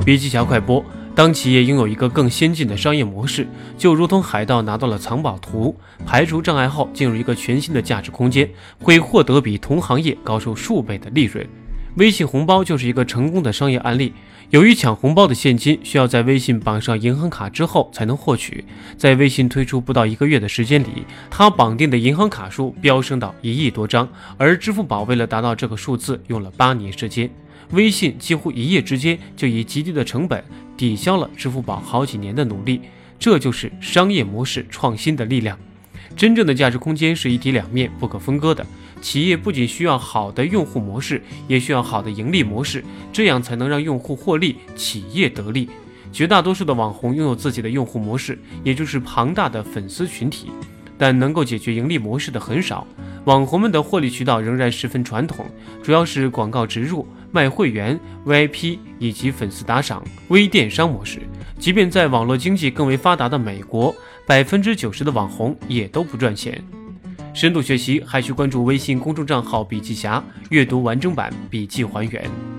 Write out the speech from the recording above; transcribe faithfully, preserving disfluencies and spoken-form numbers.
笔记侠快播：当企业拥有一个更先进的商业模式，就如同海盗拿到了藏宝图，排除障碍后进入一个全新的价值空间，会获得比同行业高出数倍的利润。微信红包就是一个成功的商业案例。由于抢红包的现金需要在微信绑上银行卡之后才能获取，在微信推出不到一个月的时间里，它绑定的银行卡数飙升到一亿多张，而支付宝为了达到这个数字用了八年时间。微信几乎一夜之间就以极低的成本抵消了支付宝好几年的努力，这就是商业模式创新的力量。真正的价值空间是一体两面不可分割的，企业不仅需要好的用户模式，也需要好的盈利模式，这样才能让用户获利，企业得利。绝大多数的网红拥有自己的用户模式，也就是庞大的粉丝群体，但能够解决盈利模式的很少。网红们的获利渠道仍然十分传统，主要是广告植入、卖会员、V I P 以及粉丝打赏、微电商模式。即便在网络经济更为发达的美国，百分之九十的网红也都不赚钱。深度学习还需关注微信公众账号笔记侠，阅读完整版笔记还原。